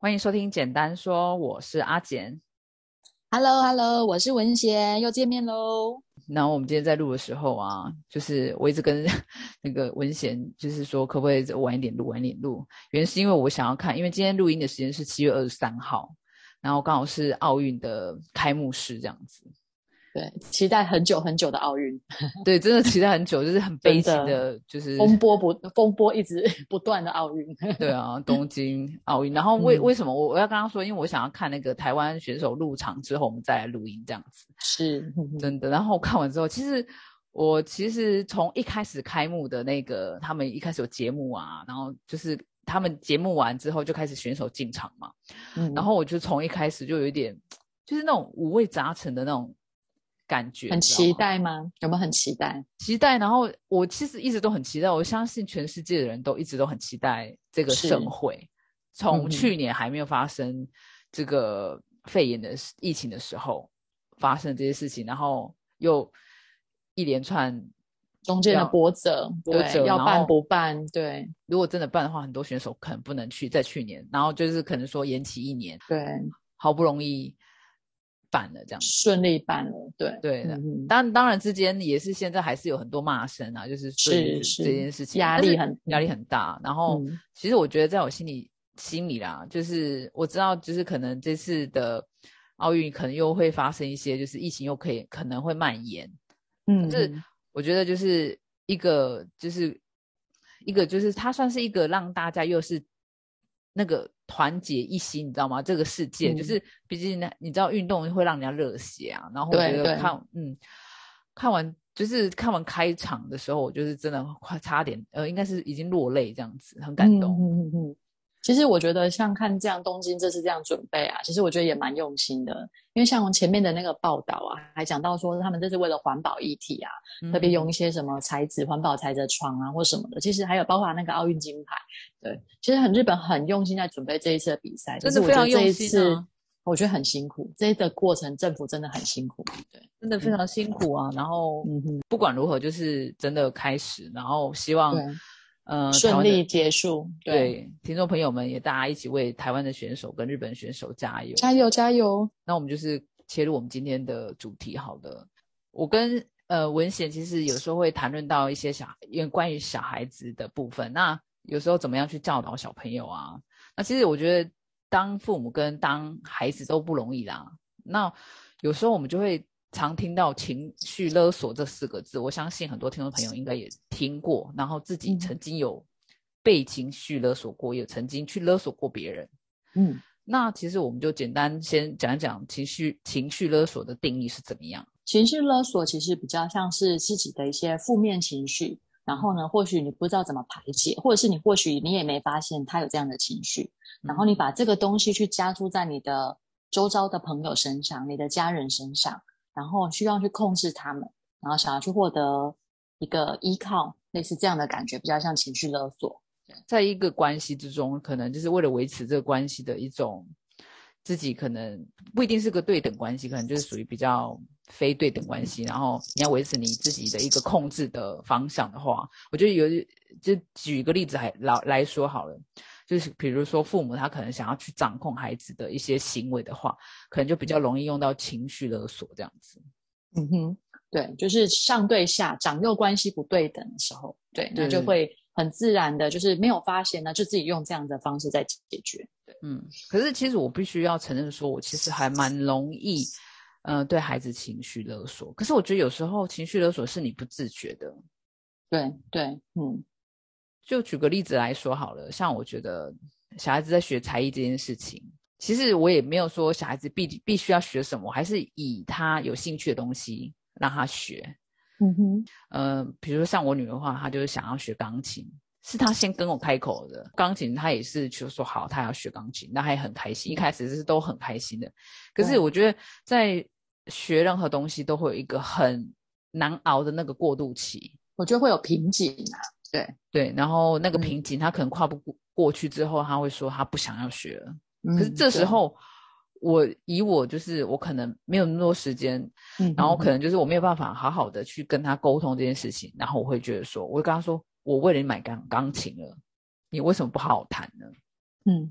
欢迎收听简单说，我是阿简。 Hello Hello，我是文贤，又见面喽。 然后我们今天在录的时候啊，就是我一直跟那个文贤，就是说可不可以晚一点录，晚一点录。原因是因为我想要看，因为今天录音的时间是7月23号，然后刚好是奥运的开幕式这样子。 对，期待很久很久的奥运， 对，真的期待很久，就是很悲真的情的，就是风波一直不断的奥运。 对啊，东京奥运。然后为什么我要跟他说？因为我想要看那个台湾选手入场之后，我们再来录音这样子。 是， 真的。然后我看完之后，其实从一开始开幕的那个，他们一开始有节目啊，然后就是他们节目完之后就开始选手进场嘛。然后我就从一开始就有一点，就是那种五味杂陈的那种感觉， 很期待吗？有没有很期待？ 期待。然后我其实一直都很期待，我相信全世界的人都一直都很期待这个盛会。从去年还没有发生这个肺炎的疫情的时候发生这些事情，然后又一连串中间的波折，对，要办不办？对， 如果真的办的话，很多选手可能不能去，在去年，然后就是可能说延期1年， 对， 好不容易办了这样子， 顺利办了，对对。当然之间也是现在还是有很多骂声啊，就是对这件事情压力很大。然后其实我觉得在我心里啦，就是我知道就是可能这次的奥运可能又会发生一些，就是疫情又可能会蔓延。可是我觉得就是一个就是它算是一个让大家又是那个团结一心，你知道吗？这个世界就是毕竟你知道运动会让人家热血啊。然后我觉得看完开场的时候，我就是真的快差点应该是已经落泪这样子，很感动。 其实我觉得像看这样东京这次这样准备啊，其实我觉得也蛮用心的。因为像前面的那个报道啊，还讲到说他们这是为了环保议题啊，特别用一些什么环保材质的床啊或什么的。其实还有包括那个奥运金牌，对，其实日本很用心在准备这一次的比赛， 真的非常用心啊。我觉得很辛苦，这个过程政府真的很辛苦，对， 真的非常辛苦啊。然后不管如何，就是真的开始，然后希望顺利结束。 对，听众朋友们也大家一起为台湾的选手跟日本选手加油， 加油加油！ 那我们就是切入我们今天的主题好了。我跟文贤其实有时候会谈论到一些关于小孩子的部分，那有时候怎么样去教导小朋友啊？那其实我觉得当父母跟当孩子都不容易啦。那有时候我们就会常听到情绪勒索这4个字，我相信很多听众朋友应该也听过，然后自己曾经有被情绪勒索过，也曾经去勒索过别人。那其实我们就简单先讲一讲情绪勒索的定义是怎么样。 情绪勒索其实比较像是自己的一些负面情绪，然后呢，或许你不知道怎么排解，或者是或许你也没发现他有这样的情绪，然后你把这个东西去加注在你的周遭的朋友身上，你的家人身上，然后需要去控制他们，然后想要去获得一个依靠，类似这样的感觉，比较像情绪勒索。 在一个关系之中，可能就是为了维持这个关系的一种自己可能不一定是个对等关系，可能就是属于比较非对等关系，然后你要维持你自己的一个控制的方向的话，我觉得就举一个例子来说好了，就是比如说父母他可能想要去掌控孩子的一些行为的话，可能就比较容易用到情绪勒索这样子。 对，就是上对下长幼关系不对等的时候，对，那就会很自然的，就是没有发现呢，就自己用这样的方式在解决。对， 可是其实我必须要承认说，我其实还蛮容易，对孩子情绪勒索。可是我觉得有时候情绪勒索是你不自觉的。 对， 就举个例子来说好了，像我觉得小孩子在学才艺这件事情，其实我也没有说小孩子必须要学什么，我还是以他有兴趣的东西让他学。比如说像我女儿的话，她就是想要学钢琴，是她先跟我开口的。钢琴她也是就说好，她要学钢琴，那还很开心，一开始是都很开心的。可是我觉得在学任何东西都会有一个很难熬的那个过渡期， 我觉得会有瓶颈啊。 对，然后那个瓶颈他可能跨不过去之后，他会说他不想要学了。可是这时候我就是我可能没有那么多时间，然后可能就是我没有办法好好的去跟他沟通这件事情，然后我会觉得说，我会跟他说，我为了你买钢琴了，你为什么不好好弹呢？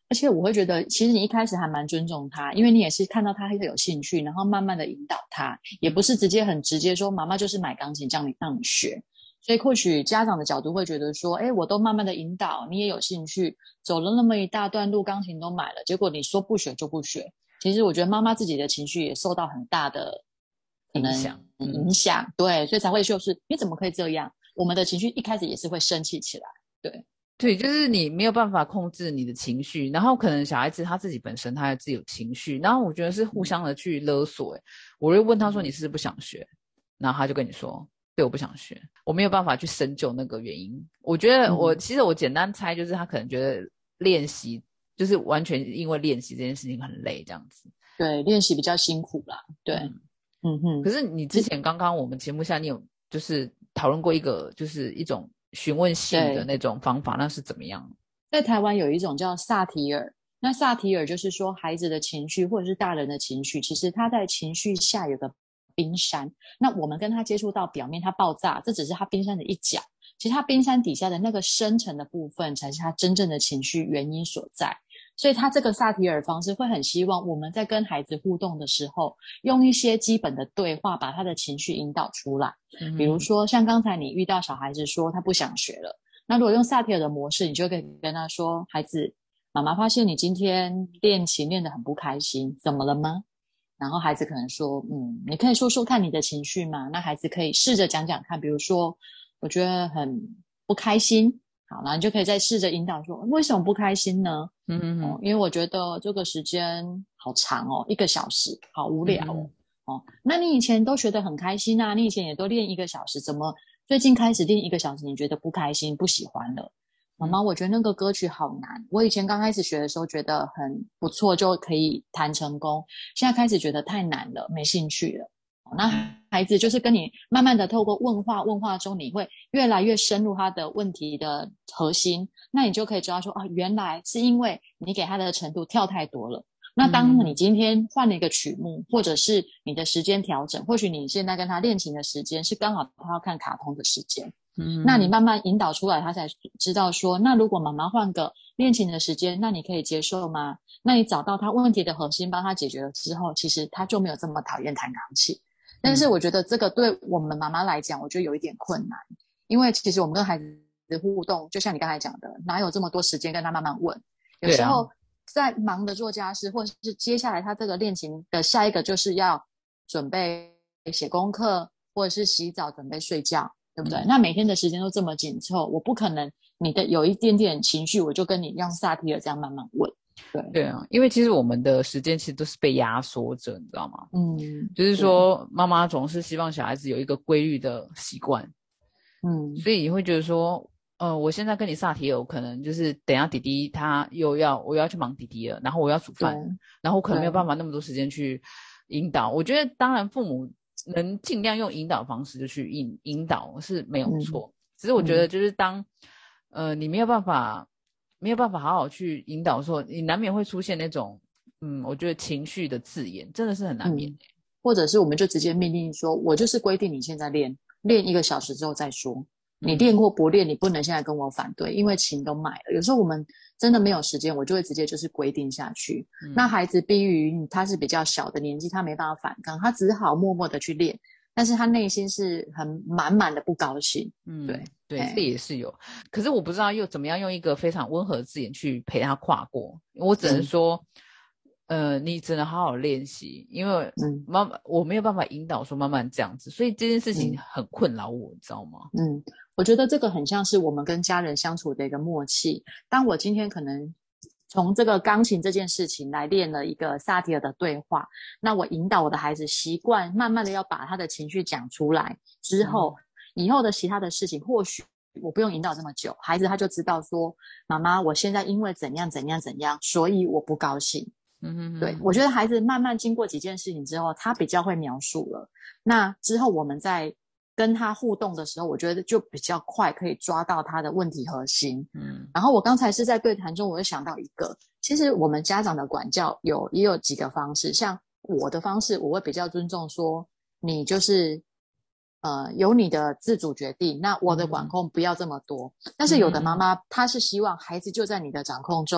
而且我会觉得，其实你一开始还蛮尊重他，因为你也是看到他很有兴趣，然后慢慢的引导他，也不是直接很直接说妈妈就是买钢琴让你学。所以或许家长的角度会觉得说，哎，我都慢慢的引导，你也有兴趣，走了那么一大段路，钢琴都买了，结果你说不学就不学。其实我觉得妈妈自己的情绪也受到很大的可能影响，对，所以才会就是你怎么可以这样？我们的情绪一开始也是会生气起来，对。 对，就是你没有办法控制你的情绪，然后可能小孩子他自己本身他自己有情绪，然后我觉得是互相的去勒索。我就问他说你是不是不想学，然后他就跟你说对我不想学，我没有办法去深究那个原因。我觉得其实我简单猜就是他可能觉得练习就是完全因为练习这件事情很累这样子。 对，练习比较辛苦啦，对。 可是你之前刚刚我们节目下你有就是讨论过一个就是一种询问性的那种方法，那是怎么样？ 在台湾有一种叫萨提尔，那萨提尔就是说孩子的情绪或者是大人的情绪，其实他在情绪下有个冰山，那我们跟他接触到表面，他爆炸，这只是他冰山的一角，其实他冰山底下的那个深层的部分才是他真正的情绪原因所在。所以他这个萨提尔方式会很希望我们在跟孩子互动的时候，用一些基本的对话把他的情绪引导出来。比如说像刚才你遇到小孩子说他不想学了，那如果用萨提尔的模式，你就可以跟他说，孩子，妈妈发现你今天练琴练得很不开心，怎么了吗？然后孩子可能说，你可以说说看你的情绪吗？那孩子可以试着讲讲看，比如说我觉得很不开心，好，然后你就可以再试着引导说，为什么不开心呢？因为我觉得这个时间好长哦，1个小时，好无聊哦。那你以前都学得很开心啊，你以前也都练1个小时，怎么最近开始练1个小时，你觉得不开心、不喜欢了？妈妈，我觉得那个歌曲好难。我以前刚开始学的时候觉得很不错，就可以弹成功，现在开始觉得太难了，没兴趣了。那孩子就是跟你慢慢的透过问话中，你会越来越深入他的问题的核心，那你就可以知道说，原来是因为你给他的程度跳太多了。那当你今天换了一个曲目，或者是你的时间调整，或许你现在跟他练琴的时间是刚好他要看卡通的时间，那你慢慢引导出来，他才知道说，那如果妈妈换个练琴的时间，那你可以接受吗？那你找到他问题的核心，帮他解决了之后，其实他就没有这么讨厌弹钢琴。但是我觉得这个对我们妈妈来讲，我觉得有一点困难，因为其实我们跟孩子的互动，就像你刚才讲的，哪有这么多时间跟他慢慢问？有时候在忙的做家事，或者是接下来他这个练琴的下一个就是要准备写功课，或者是洗澡准备睡觉，对不对？那每天的时间都这么紧凑，我不可能你的有一点点情绪，我就跟你让萨提尔这样慢慢问。 对啊，因为其实我们的时间其实都是被压缩着，你知道吗？就是说妈妈总是希望小孩子有一个规律的习惯，所以你会觉得说，我现在跟你萨提尔，可能就是等一下弟弟他我又要去忙弟弟了，然后我要煮饭，然后我可能没有办法那么多时间去引导。我觉得当然父母能尽量用引导方式就去引导是没有错，只是我觉得就是当你没有办法好好去引导的时候，你难免会出现那种我觉得情绪的字眼真的是很难免或者是我们就直接命令说，我就是规定你现在练1个小时之后再说，你练或不练，你不能现在跟我反对，因为琴都买了。有时候我们真的没有时间，我就会直接就是规定下去。那孩子逼于他是比较小的年纪，他没办法反抗，他只好默默的去练，但是他内心是很满满的不高兴。 对，这也是有，可是我不知道又怎么样用一个非常温和的字眼去陪他跨过。我只能说你只能好好练习，因为我没有办法引导说慢慢这样子，所以这件事情很困扰我，你知道吗？ 我觉得这个很像是我们跟家人相处的一个默契。当我今天可能从这个钢琴这件事情来练了一个萨提尔的对话，那我引导我的孩子习惯慢慢的要把他的情绪讲出来之后，以后的其他的事情或许我不用引导这么久，孩子他就知道说，妈妈我现在因为怎样怎样怎样，所以我不高兴。对，我觉得孩子慢慢经过几件事情之后，他比较会描述了，那之后我们在跟他互动的时候，我觉得就比较快可以抓到他的问题核心。然后我刚才是在对谈中，我就想到一个，其实我们家长的管教也有几个方式，像我的方式，我会比较尊重说，你就是有你的自主决定，那我的管控不要这么多。但是有的妈妈她是希望孩子就在你的掌控中，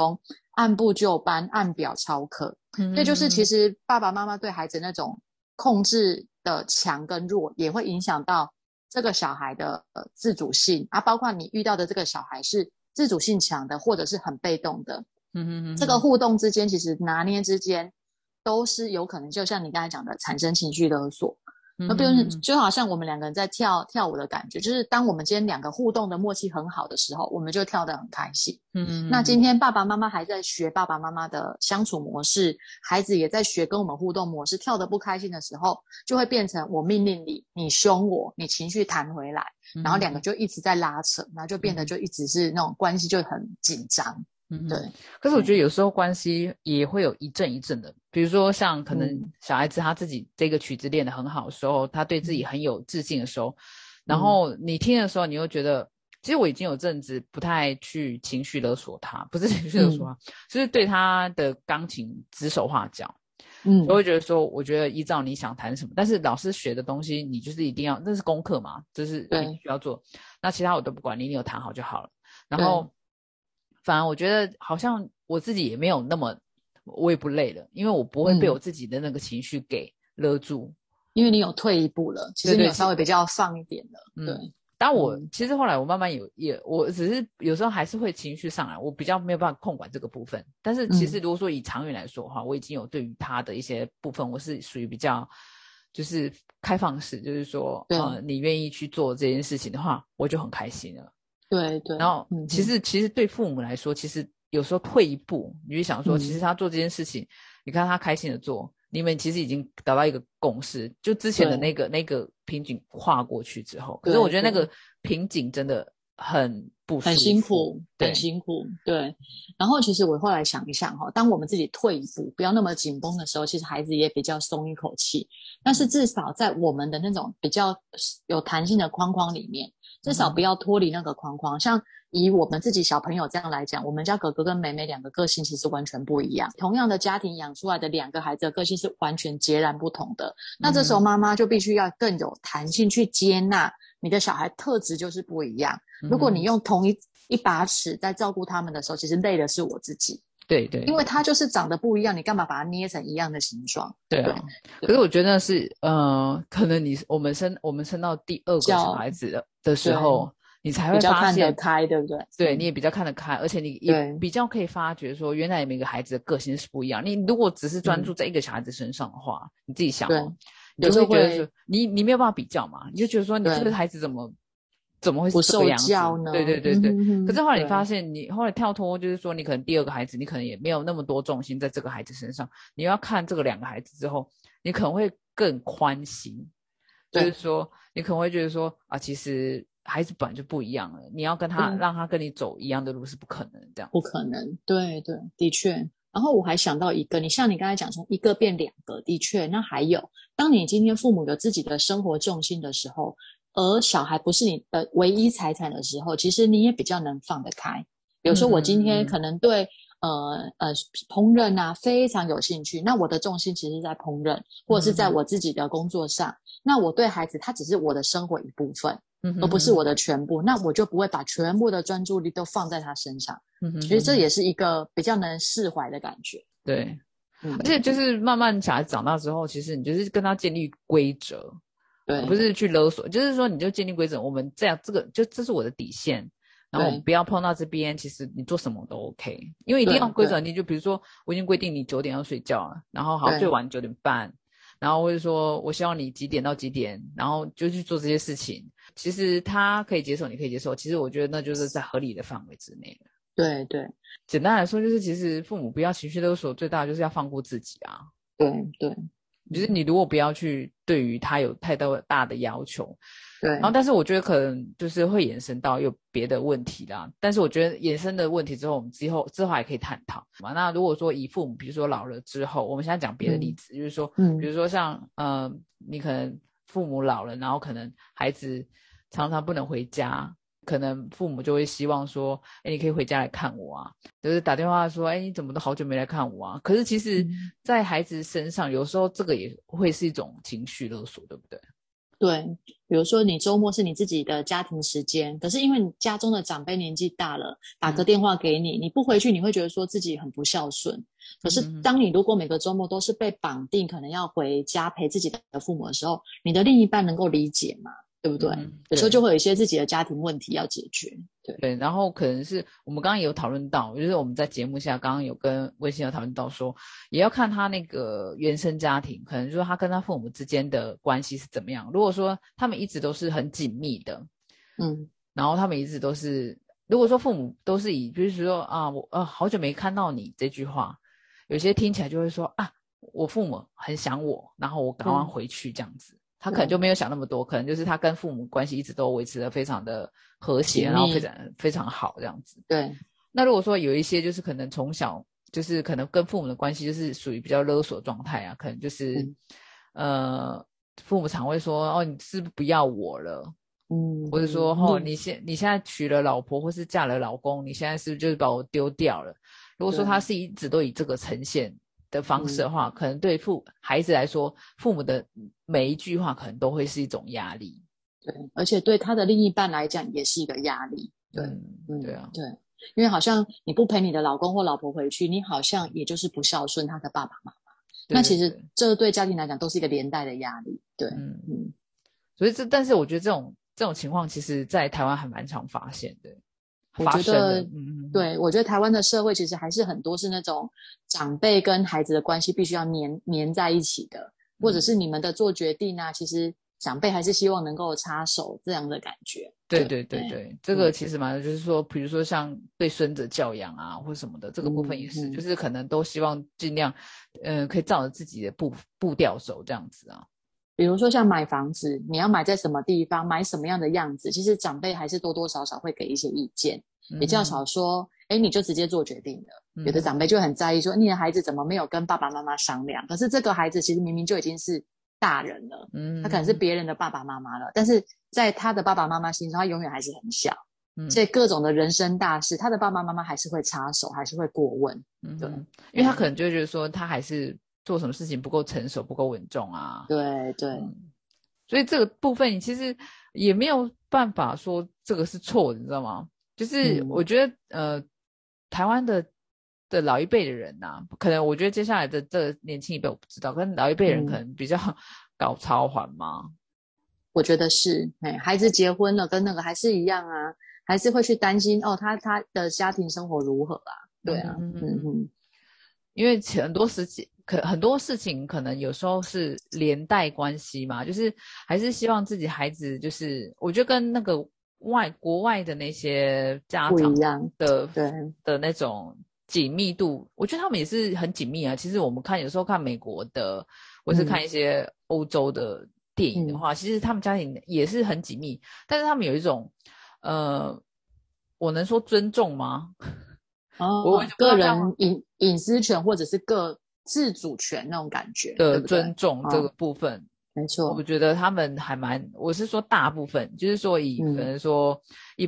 按部就班、按表操课。所以就是其实爸爸妈妈对孩子那种控制的强跟弱，也会影响到这个小孩的自主性啊，包括你遇到的这个小孩是自主性强的，或者是很被动的。这个互动之间，其实拿捏之间都是有可能，就像你刚才讲的，产生情绪勒索。那比如就好像我们两个人在跳舞的感觉，就是当我们今天两个互动的默契很好的时候，我们就跳得很开心。那今天爸爸妈妈还在学爸爸妈妈的相处模式，孩子也在学跟我们互动模式，跳得不开心的时候，就会变成我命令你，你凶我，你情绪弹回来，然后两个就一直在拉扯，然后就变得就一直是那种关系就很紧张。对， 可是我觉得有时候关系也会有一阵一阵的，比如说像可能小孩子他自己这个曲子练得很好的时候，他对自己很有自信的时候，然后你听的时候，你又觉得，其实我已经有阵子不太去情绪勒索他，不是情绪勒索他，就是对他的钢琴指手画脚。我会觉得说，我觉得依照你想弹什么，但是老师学的东西，你就是一定要，那是功课嘛，就是你需要做。那其他我都不管你有弹好就好了。然后反而我觉得好像我自己也没有那么，我也不累了，因为我不会被我自己的那个情绪给勒住。 因为你有退一步了，其实你有稍微比较放一点了。对。 但我其实后来我慢慢我只是有时候还是会情绪上来，我比较没有办法控管这个部分。但是其实如果说以长远来说的话，我已经有对于他的一些部分，我是属于比较就是开放式，就是说你愿意去做这件事情的话，我就很开心了。 对对。 然后其实对父母来说，其实有时候退一步，你就想说，其实他做这件事情，你看他开心的做。你们其实已经达到一个共识，就之前的那个瓶颈跨过去之后，可是我觉得那个瓶颈真的很不舒服， 很辛苦，很辛苦。对。然后其实我后来想一想当我们自己退一步，不要那么紧绷的时候，其实孩子也比较松一口气。但是至少在我们的那种比较有弹性的框框里面，至少不要脱离那个框框。像以我们自己小朋友这样来讲，我们家哥哥跟妹妹两个个性其实完全不一样，同样的家庭养出来的两个孩子的个性是完全截然不同的。那这时候妈妈就必须要更有弹性去接纳你的小孩特质就是不一样。如果你用同一把尺在照顾他们的时候，其实累的是我自己。 对对， 因为他就是长得不一样，你干嘛把它捏成一样的形状？ 对啊。可是我觉得是可能我们生到第二个小孩子的时候，你才会发现比较看得开，对不对？ 对，你也比较看得开，而且你也比较可以发觉说，原来每个孩子的个性是不一样。你如果只是专注在一个小孩子身上的话，你自己想你就会觉得说，你没有办法比较嘛，你就觉得说，你这个孩子怎么会是这个样子？ 不受教呢？ 对。可是后来你发现，你后来跳脱，就是说，你可能第二个孩子，你可能也没有那么多重心在这个孩子身上，你要看这个两个孩子之后，你可能会更宽心。就是说，你可能会觉得说其实孩子本来就不一样了，你要跟他让他跟你走一样的路是不可能这样。 不可能，对，的确。然后我还想到一个，像你刚才讲从一个变两个，的确。那还有，当你今天父母有自己的生活重心的时候，而小孩不是你的唯一财产的时候，其实你也比较能放得开。比如说我今天可能对烹饪啊非常有兴趣，那我的重心其实在烹饪，或者是在我自己的工作上。那我对孩子他只是我的生活一部分，而不是我的全部，那我就不会把全部的专注力都放在他身上。所以这也是一个比较能释怀的感觉。 对。而且就是慢慢小孩子长大之后，其实你就是跟他建立规则，对，不是去勒索，就是说你就建立规则，我们这样这是我的底线，然后我们不要碰到这边，其实你做什么都 OK。 因为一定要规则，你就比如说我已经规定你9点要睡觉了，然后好最晚9点半，然后或者说我希望你几点到几点，然后就去做这些事情，其实他可以接受，你可以接受，其实我觉得那就是在合理的范围之内了。 对， 简单来说就是其实父母不要情绪勒索，最大的就是要放过自己啊。 对， 就是你如果不要去对于他有太大的要求， 对。 然后但是我觉得可能就是会延伸到有别的问题啦，但是我觉得延伸的问题之后我们之后还可以探讨嘛。那如果说以父母比如说老了之后，我们现在讲别的例子，就是说比如说像你可能父母老了，然后可能孩子常常不能回家，可能父母就会希望说你可以回家来看我啊，就是打电话说你怎么都好久没来看我啊。可是其实在孩子身上有时候这个也会是一种情绪勒索，对不对？ 对，比如说你周末是你自己的家庭时间，可是因为你家中的长辈年纪大了，打个电话给你，你不回去，你会觉得说自己很不孝顺。可是当你如果每个周末都是被绑定，可能要回家陪自己的父母的时候，你的另一半能够理解吗？对不对？有时候就会有一些自己的家庭问题要解决。 对，然后可能是我们刚刚也有讨论到，就是我们在节目下刚刚有跟微信有讨论到说，也要看他那个原生家庭，可能就是他跟他父母之间的关系是怎么样。如果说他们一直都是很紧密的，然后他们一直都是，如果说父母都是以，比如说啊，我好久没看到你这句话，有些听起来就会说啊，我父母很想我，然后我赶快回去这样子。他可能就没有想那么多，可能就是他跟父母关系一直都维持得非常的和谐，然后非常好这样子。 对。 那如果说有一些就是可能从小就是可能跟父母的关系就是属于比较勒索状态啊，可能就是父母常会说哦，你是不是不要我了？或者说你现在娶了老婆或是嫁了老公，你现在是不是就是把我丢掉了？如果说他是一直都以这个呈现的方式的话，可能对孩子来说，父母的每一句话可能都会是一种压力。 对，而且对他的另一半来讲也是一个压力。对， 对啊， 对，因为好像你不陪你的老公或老婆回去，你好像也就是不孝顺他的爸爸妈妈。那其实这对家庭来讲都是一个连带的压力。对， 所以但是我觉得这种情况，其实在台湾还蛮常发现的。 我觉得，对，我觉得台湾的社会其实还是很多是那种长辈跟孩子的关系必须要黏在一起的，或者是你们的做决定啊，其实长辈还是希望能够插手这样的感觉。 对，这个其实蛮就是说，比如说像对孙子教养啊或什么的，这个部分也是，就是可能都希望尽量可以照着自己的步调走这样子啊。 比如说像买房子，你要买在什么地方，买什么样的样子，其实长辈还是多多少少会给一些意见，比较少说你就直接做决定了。有的长辈就很在意说你的孩子怎么没有跟爸爸妈妈商量，可是这个孩子其实明明就已经是大人了，他可能是别人的爸爸妈妈了，但是在他的爸爸妈妈心中他永远还是很小，所以各种的人生大事他的爸爸妈妈还是会插手，还是会过问。对， 因为他可能就会觉得说他还是做什么事情不够成熟不够稳重啊。 对， 所以这个部分其实也没有办法说这个是错的，你知道吗？就是我觉得台湾的老一辈的人啊，可能我觉得接下来的这年轻一辈我不知道，可能老一辈人可能比较搞超环嘛。 我觉得是，孩子结婚了跟那个还是一样啊，还是会去担心他的家庭生活如何啊。对啊， 因为很多事情可能有时候是连带关系嘛，就是还是希望自己孩子就是我觉得跟那个国外的那些家长的那种紧密度，我觉得他们也是很紧密啊。其实我们有时候看美国的或是看一些欧洲的电影的话，其实他们家庭也是很紧密，但是他们有一种我能说尊重吗？ 我个人隐私权或者是个自主权那种感觉的尊重这个部分， 没错。 我觉得他们还我是说大部分，就是说可能说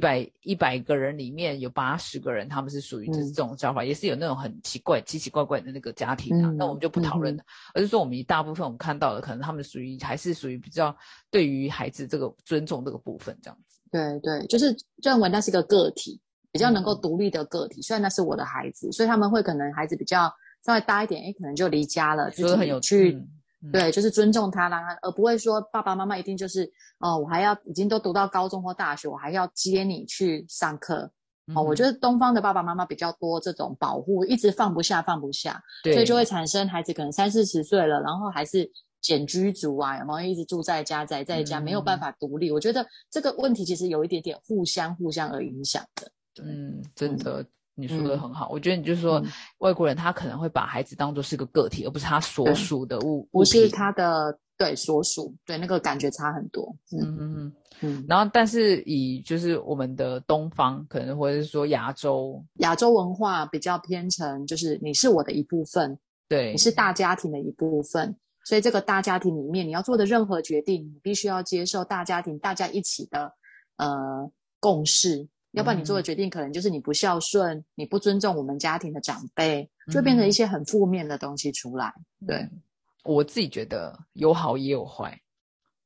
100个人里面有80个人，他们是属于就是这种教法，也是有那种很奇怪奇奇怪怪的那个家庭啊，那我们就不讨论了，而是说我们大部分我们看到的，可能他们还是属于比较对于孩子这个尊重这个部分这样子。 对，就是认为那是一个个体。比较能够独立的个体，虽然那是我的孩子，所以他们会可能孩子比较稍微大一点，可能就离家了，自己去对，就是尊重他，让他，而不会说爸爸妈妈一定就是我还要已经都读到高中或大学，我还要接你去上课。我觉得东方的爸爸妈妈比较多这种保护，一直放不下，所以就会产生孩子可能30-40岁了，然后还是简居族啊，有没有一直住在家，在家没有办法独立。我觉得这个问题其实有一点点互相而影响的。 真的，你说的很好。我觉得你就是说，外国人他可能会把孩子当作是个个体，而不是他所属的物品， 不是他的所属，对，那个感觉差很多。 然后，但是就是我们的东方，可能或者是说亚洲文化比较偏成，就是你是我的一部分， 对， 你是大家庭的一部分，所以这个大家庭里面，你要做的任何决定，你必须要接受大家庭大家一起的共识。要不然你做的决定可能就是你不孝顺，你不尊重我们家庭的长辈，就变成一些很负面的东西出来。对， 我自己觉得有好也有坏。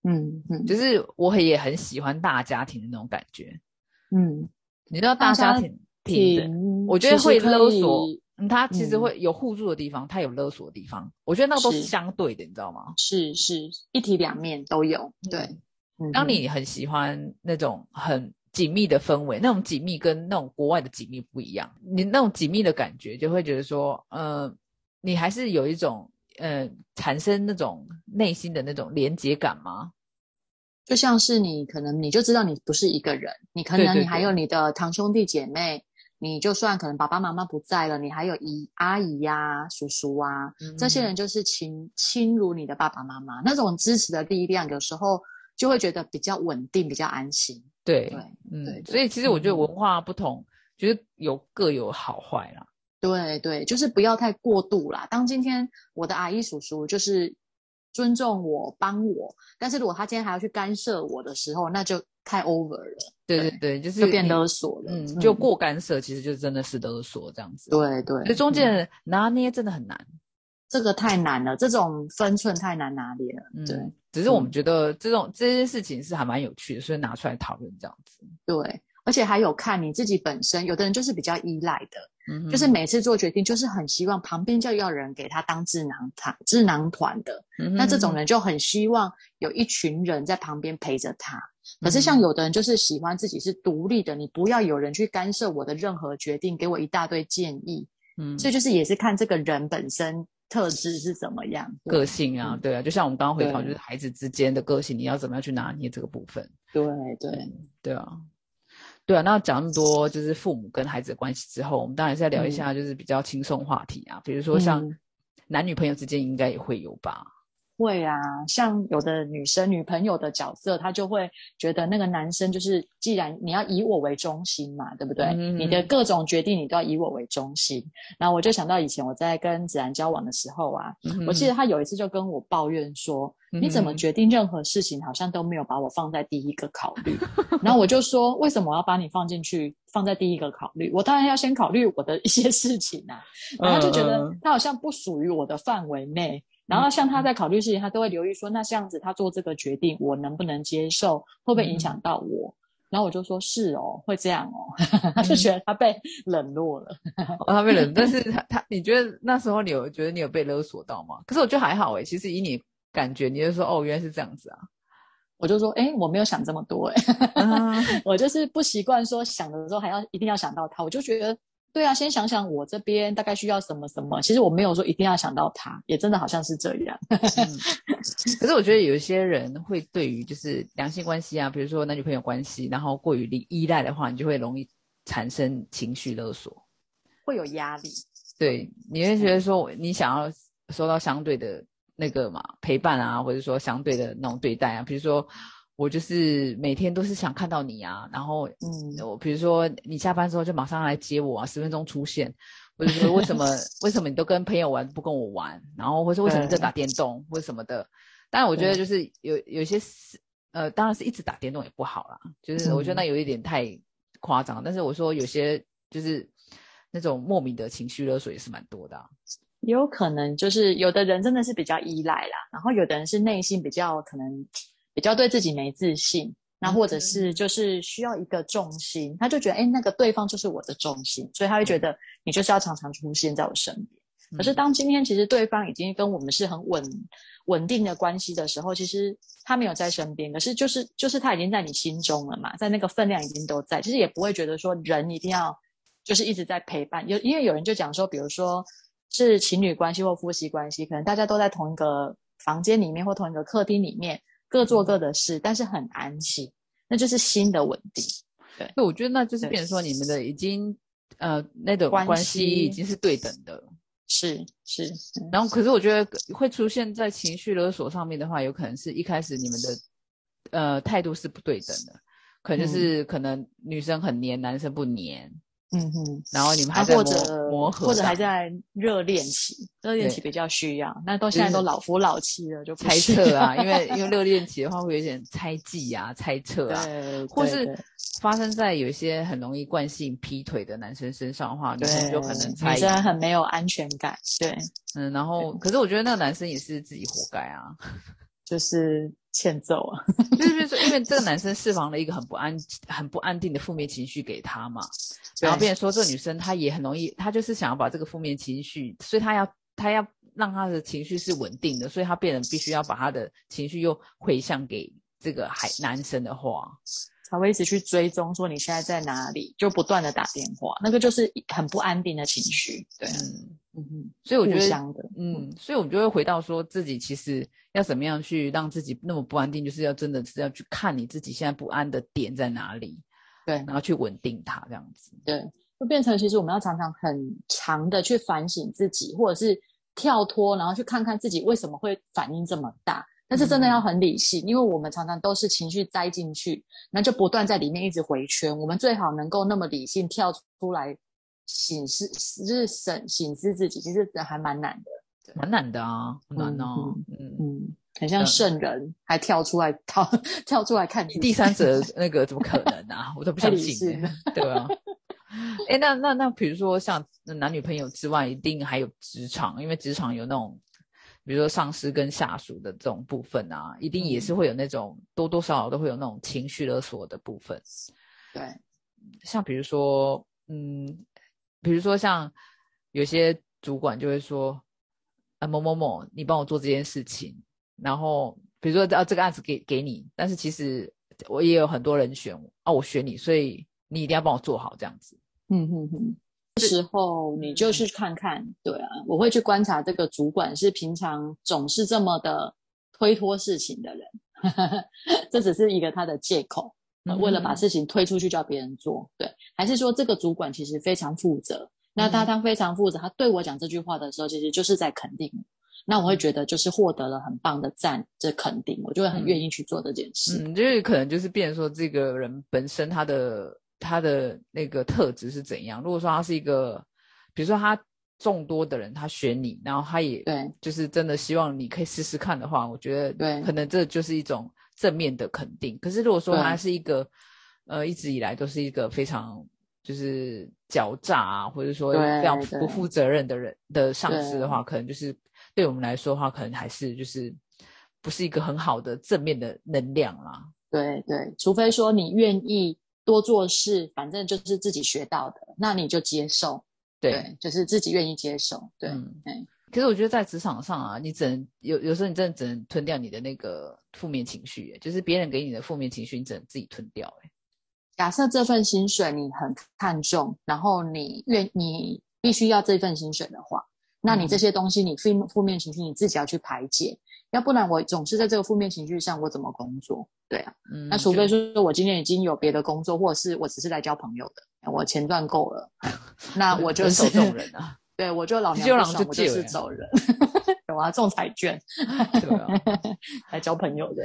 就是我也很喜欢大家庭的那种感觉。你知道大家庭的，我觉得会勒索，他其实会有互助的地方，他有勒索的地方，我觉得那个都是相对的，你知道吗？ 是一体两面都有。对， 当你很喜欢那种很紧密的氛围，那种紧密跟那种国外的紧密不一样，你那种紧密的感觉就会觉得说你还是有一种产生那种内心的那种连结感吗？ 就像是可能你就知道你不是一个人，你可能你还有你的堂兄弟姐妹，你就算可能爸爸妈妈不在了，你还有阿姨呀、叔叔啊，这些人就是亲如你的爸爸妈妈，那种支持的力量有时候就会觉得比较稳定，比较安心。对， 所以其实我觉得文化不同，就是各有好坏啦。 对，就是不要太过度啦。当今天我的阿姨叔叔就是尊重我、帮我，但是如果他今天还要去干涉我的时候，那就太 over 了。 对，就是就变勒索了。 就过干涉，其实就真的是勒索这样子。 对， 所以中间拿捏真的很难， 这个太难了，这种分寸太难拿捏了。对， 只是我们觉得这些事情是还蛮有趣的，所以拿出来讨论这样子。 对，而且还有看你自己本身，有的人就是比较依赖的，就是每次做决定就是很希望旁边就要有人给他当智囊团的，那这种人就很希望有一群人在旁边陪着他。可是像有的人就是喜欢自己是独立的，你不要有人去干涉我的任何决定，给我一大堆建议。所以就是也是看这个人本身特质是怎么样， 个性啊，对啊，就像我们刚刚回讨，就是孩子之间的个性，你要怎么样去拿捏这个部分。对啊，那讲那么多就是父母跟孩子的关系之后，我们当然是要聊一下就是比较轻松话题啊，比如说像男女朋友之间应该也会有吧。 会啊，像有的女生女朋友的角色，她就会觉得那个男生就是既然你要以我为中心嘛，对不对？你的各种决定你都要以我为中心。然后我就想到以前我在跟子然交往的时候啊，我记得他有一次就跟我抱怨说，你怎么决定任何事情好像都没有把我放在第一个考虑。然后我就说，为什么我要把你放在第一个考虑？我当然要先考虑我的一些事情啊。然后就觉得他好像不属于我的范围内。然后像他在考虑事情，他都会留意说，那这样子他做这个决定，我能不能接受？会不会影响到我？然后我就说是哦，会这样哦。他就觉得他被冷落了。 他被冷，但是你觉得那时候你有觉得你有被勒索到吗？可是我觉得还好其实以你感觉，你就说原来是这样子啊。 我就说我没有想这么多我就是不习惯说想的时候一定要想到他，我就觉得对啊，先想想我这边大概需要什么什么，其实我没有说一定要想到他，也真的好像是这样可是我觉得有一些人会对于就是两性关系啊，比如说男女朋友关系，然后过于依赖的话，你就会容易产生情绪勒索， 会有压力。 对，你会觉得说你想要收到相对的那个嘛陪伴啊，或者说相对的那种对待啊，比如说我就是每天都是想看到你啊，然后我比如说你下班之后就马上来接我啊，10分钟出现，或者说为什么你都跟朋友玩不跟我玩，然后或者为什么你在打电动或者什么的。当然我觉得就是有一些当然是一直打电动也不好啦，就是我觉得那有一点太夸张，但是我说有些就是那种莫名的情绪勒索也是蛮多的也有可能就是有的人真的是比较依赖啦，然后有的人是内心可能比较对自己没自信，那或者是就是需要一个重心，他就觉得那个对方就是我的重心，所以他会觉得你就是要常常出现在我身边。可是当今天其实对方已经跟我们是很稳定的关系的时候，其实他没有在身边，可是就是他已经在你心中了嘛，在那个分量已经都在，其实也不会觉得说人一定要就是一直在陪伴。因为有人就讲说，比如说是情侣关系或夫妻关系，可能大家都在同一个房间里面或同一个客厅里面各做各的事，但是很安心，那就是心的稳定。对， 所以我觉得那就是变成说你们的已经那种关系已经是对等的。 是然后可是我觉得会出现在情绪勒索上面的话，有可能是一开始你们的态度是不对等的，可能就是可能女生很黏，男生不黏。然后你们还在磨合， 或者还在热恋期比较需要，那现在都老夫老妻了，就不猜测啊，因为热恋期的话会有点猜忌啊、猜测啊，或是发生在有一些很容易惯性劈腿的男生身上的话，女生就可能猜女生很没有安全感。对， 然后可是我觉得那个男生也是自己活该啊。 就是欠揍啊。 就是说因为这个男生释放了一个很不安定的负面情绪给他嘛，然后变成说这个女生她也很容易，她就是想要把这个负面情绪，所以她要让她的情绪是稳定的，所以她变成必须要把她的情绪又回向给这个男生的话， 才会一直去追踪说你现在在哪里，就不断的打电话，那个就是很不安定的情绪。对， 所以我觉得互相的， 所以我们就会回到说自己其实要怎么样去让自己那么不安定，就是要真的是要去看你自己现在不安的点在哪里， 对， 然后去稳定它这样子。 对，就变成其实我们要常常很长的去反省自己，或者是跳脱，然后去看看自己为什么会反应这么大。但是真的要很理性，因为我们常常都是情绪栽进去，那就不断在里面一直回圈。我们最好能够那么理性跳出来醒思自己，其实还蛮难的， 蛮难的啊，很难哦。 很像圣人，还跳出来跳出来看自己第三者那个怎么可能啊？我都不相信、对啊。那比如说像男女朋友之外，一定还有职场，因为职场有那种。比如说上司跟下属的这种部分啊，一定也是会有那种多多少少都会有那种情绪勒索的部分。 对， 像比如说像有些主管就会说某某某你帮我做这件事情，然后比如说这个案子给你，但是其实我也有很多人选我选你，所以你一定要帮我做好这样子。 这时候你就去看看，对啊，我会去观察这个主管是平常总是这么的推脱事情的人，这只是一个他的借口，为了把事情推出去叫别人做，对，还是说这个主管其实非常负责，那他非常负责，他对我讲这句话的时候，其实就是在肯定我，那我会觉得就是获得了很棒的赞，这肯定，我就会很愿意去做这件事。 就是可能就是变成说这个人本身他的那个特质是怎样。如果说他是一个，比如说他众多的人他选你，然后他也就是真的希望你可以试试看的话，我觉得可能这就是一种正面的肯定。可是如果说他是一个一直以来都是一个非常就是狡诈啊，或者说非常不负责任的人的上司的话，可能就是对我们来说的话，可能还是就是不是一个很好的正面的能量啦。 对，除非说你愿意多做事，反正就是自己学到的，那你就接受。对，就是自己愿意接受。对， 可是我觉得在职场上啊，你只能有时候你真的只能吞掉你的那个负面情绪，就是别人给你的负面情绪，你只能自己吞掉。 假设这份薪水你很看重，然后你必须要这份薪水的话，那你这些东西你负面情绪你自己要去排解，要不然我总是在这个负面情绪上，我怎么工作？对啊，那除非说我今天已经有别的工作，或者是我只是来交朋友的，我钱赚够了，那我就是人手这种人啊。 对，我就老娘不爽，我就是走人。有啊，中彩券， 对啊， 来交朋友的。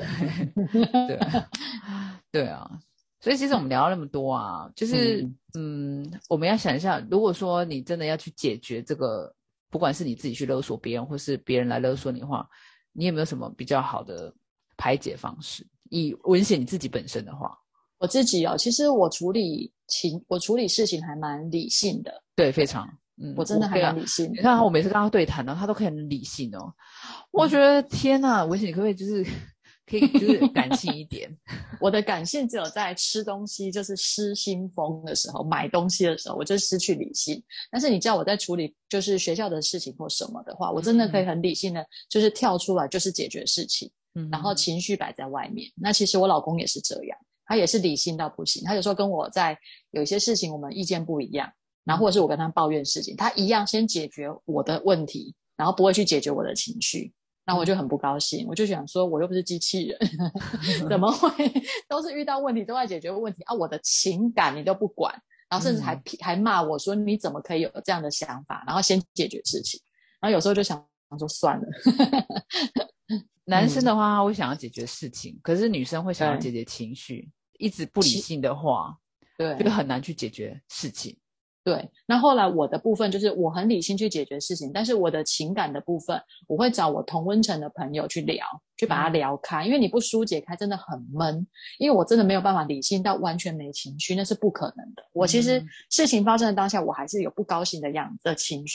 对啊。所以其实我们聊了那么多啊，就是我们要想一下，如果说你真的要去解决这个，不管是你自己去勒索别人，或是别人来勒索你的话，你有没有什么比较好的排解方式？以文显你自己本身的话， 我自己其实我处理事情还蛮理性的， 对，非常， 我真的还蛮理性的。 你看我每次跟他对谈呢，他都可以很理性哦。我觉得天哪，文显你可不可以就是感性一点？ 我的感性只有在吃东西，就是失心疯的时候，买东西的时候，我就失去理性。但是你叫我在处理就是学校的事情或什么的话，我真的可以很理性的，就是跳出来就是解决事情，然后情绪摆在外面。那其实我老公也是这样，他也是理性到不行。他有时候跟我在有一些事情我们意见不一样，然后或者是我跟他抱怨事情，他一样先解决我的问题，然后不会去解决我的情绪。那我就很不高兴，我就想说我又不是机器人怎么会都是遇到问题都在解决问题啊？我的情感你都不管，然后甚至还骂我说你怎么可以有这样的想法，然后先解决事情。然后有时候就想说算了男生的话他会想要解决事情，可是女生会想要解决情绪，一直不理性的话，对，就很难去解决事情。 对，那后来我的部分就是我很理性去解决事情，但是我的情感的部分，我会找我同温层的朋友去聊，去把它聊开，因为你不疏解开真的很闷，因为我真的没有办法理性到完全没情绪，那是不可能的。我其实事情发生的当下，我还是有不高兴的情绪，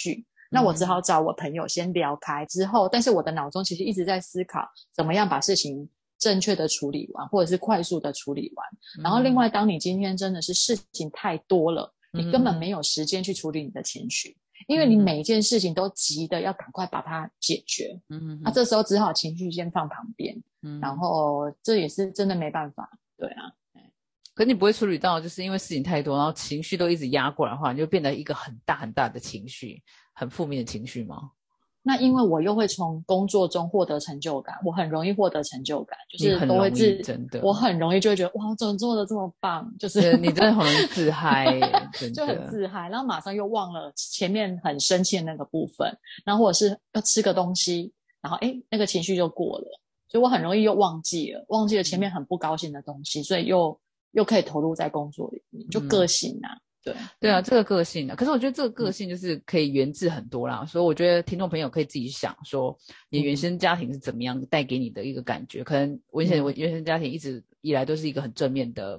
那我只好找我朋友先聊开之后，但是我的脑中其实一直在思考怎么样把事情正确的处理完，或者是快速的处理完。然后另外，当你今天真的是事情太多了，你根本没有时间去处理你的情绪，因为你每一件事情都急的要赶快把它解决。那这时候只好情绪先放旁边，然后这也是真的没办法。对啊。 可是你不会处理到，就是因为事情太多，然后情绪都一直压过来的话，你就变得一个很大很大的情绪，很负面的情绪吗？ 那因为我又会从工作中获得成就感，我很容易获得成就感，就是都会真的， 我很容易就会觉得哇，怎么做的这么棒，就是你真的很容易自嗨耶，真的就很自嗨，然后马上又忘了前面很生气的那个部分，然后或者是要吃个东西，然后那个情绪就过了，所以我很容易又忘记了前面很不高兴的东西，所以又可以投入在工作里面，就个性啊。 对啊，这个个性啊，可是我觉得这个个性就是可以源自很多啦，所以我觉得听众朋友可以自己想说，你原生家庭是怎么样带给你的一个感觉？可能文显原生家庭一直以来都是一个很正面的，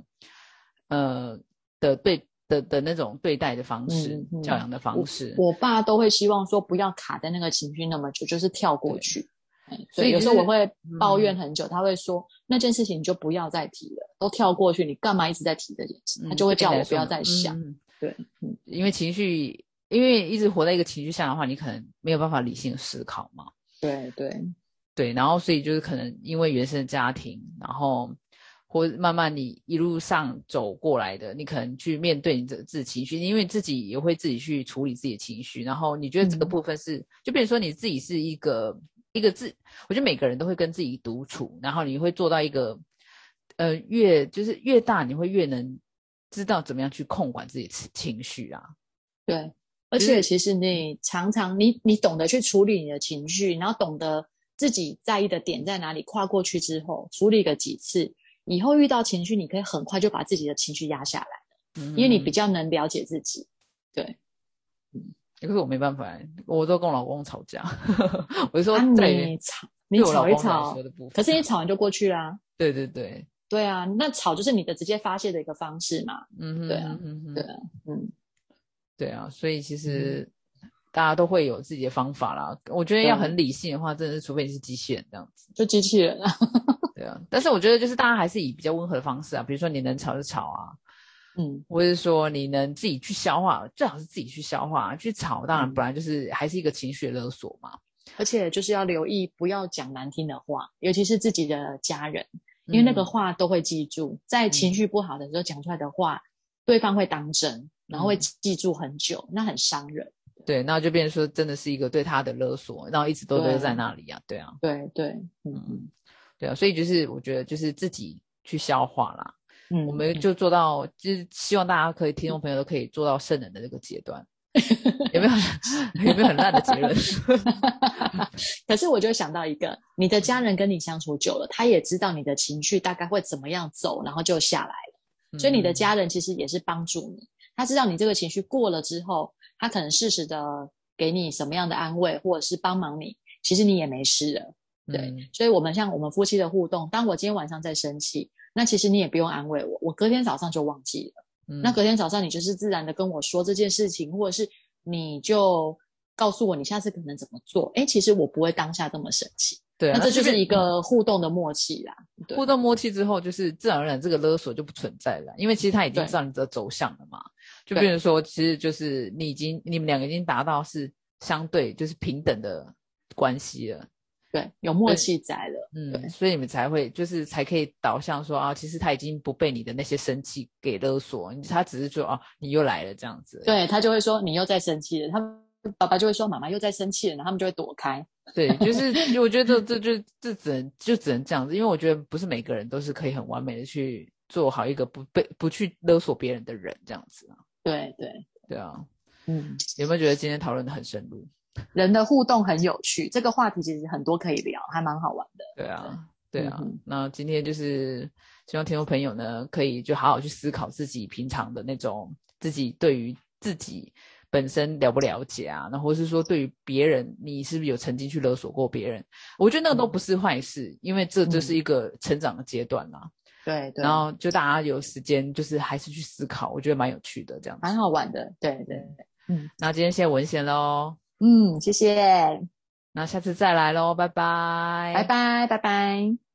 的那种对待的方式，教养的方式。 我爸都会希望说不要卡在那个情绪那么久，就是跳过去。所以有时候我会抱怨很久，他会说那件事情你就不要再提了，都跳过去，你干嘛一直在提这件事？他就会叫我不要再想。对， 因为情绪，因为一直活在一个情绪下的话，你可能没有办法理性思考嘛。对，然后所以就是可能因为原生家庭，然后或慢慢你一路上走过来的，你可能去面对你自己情绪，因为自己也会自己去处理自己的情绪，然后你觉得这个部分是，就变成说你自己是一个我觉得每个人都会跟自己独处，然后你会做到一个越大你会越能知道怎么样去控管自己的情绪啊。 对，而且其实你常常你懂得去处理你的情绪，然后懂得自己在意的点在哪里，跨过去之后处理个几次以后，遇到情绪你可以很快就把自己的情绪压下来因为你比较能了解自己。对。 可是我没办法，我都跟我老公吵架。我就说你吵一吵，可是你吵完就过去啦。对啊，那吵就是你的直接发泄的一个方式嘛。 对啊，所以其实大家都会有自己的方法啦。我觉得要很理性的话，真的是除非你是机器人这样子， 就机器人啊。 对啊，但是我觉得就是大家还是以比较温和的方式啊，比如说你能吵就吵啊。或者是说你能自己去消化，最好是自己去消化。去吵当然本来就是还是一个情绪勒索嘛。 而且就是要留意不要讲难听的话，尤其是自己的家人，因为那个话都会记住，在情绪不好的时候讲出来的话，对方会当真，然后会记住很久，那很伤人。 对，那就变成说真的是一个对他的勒索，然后一直都在那里啊。对啊，对啊，所以就是我觉得就是自己去消化啦。我们就做到，就是希望大家可以，听众朋友都可以做到圣人的这个阶段。有没有很烂的结论？ 可是我就想到一个，你的家人跟你相处久了，他也知道你的情绪大概会怎么样走，然后就下来了。所以你的家人其实也是帮助你，他知道你这个情绪过了之后，他可能适时的给你什么样的安慰，或者是帮忙你，其实你也没事了。对，所以我们像我们夫妻的互动，当我今天晚上在生气，那其实你也不用安慰我，我隔天早上就忘记了。那隔天早上你就是自然的跟我说这件事情，或者是你就告诉我你下次可能怎么做。其实我不会当下这么生气。 对啊， 那这就是一个互动的默契啦。 互动默契之后，就是自然而然这个勒索就不存在了，因为其实他已经知道你的走向了嘛。就比如说，其实就是你们两个已经达到是相对就是平等的关系了。 对，有默契在了。 对，所以你们才会就是才可以导向说啊，其实他已经不被你的那些生气给勒索，他只是说你又来了这样子。 对，他就会说你又在生气了，他爸爸就会说妈妈又在生气了，然后他们就会躲开。 对，就是我觉得这只能这样子，因为我觉得不是每个人都是可以很完美的去做好一个不去勒索别人的人这样子啊。对啊，有没有觉得今天讨论的很深入？ 人的互动很有趣，这个话题其实很多可以聊，还蛮好玩的。 对啊。那今天就是希望听众朋友呢，可以就好好去思考自己平常的那种自己对于自己本身了不了解啊，然后或是说对于别人，你是不是有曾经去勒索过别人？我觉得那个都不是坏事，因为这就是一个成长的阶段啦。 对， 然后就大家有时间，就是还是去思考，我觉得蛮有趣的，这样子， 蛮好玩的。对。 那今天谢谢文贤咯。 谢谢， 那下次再来咯，拜拜拜。 拜，拜拜。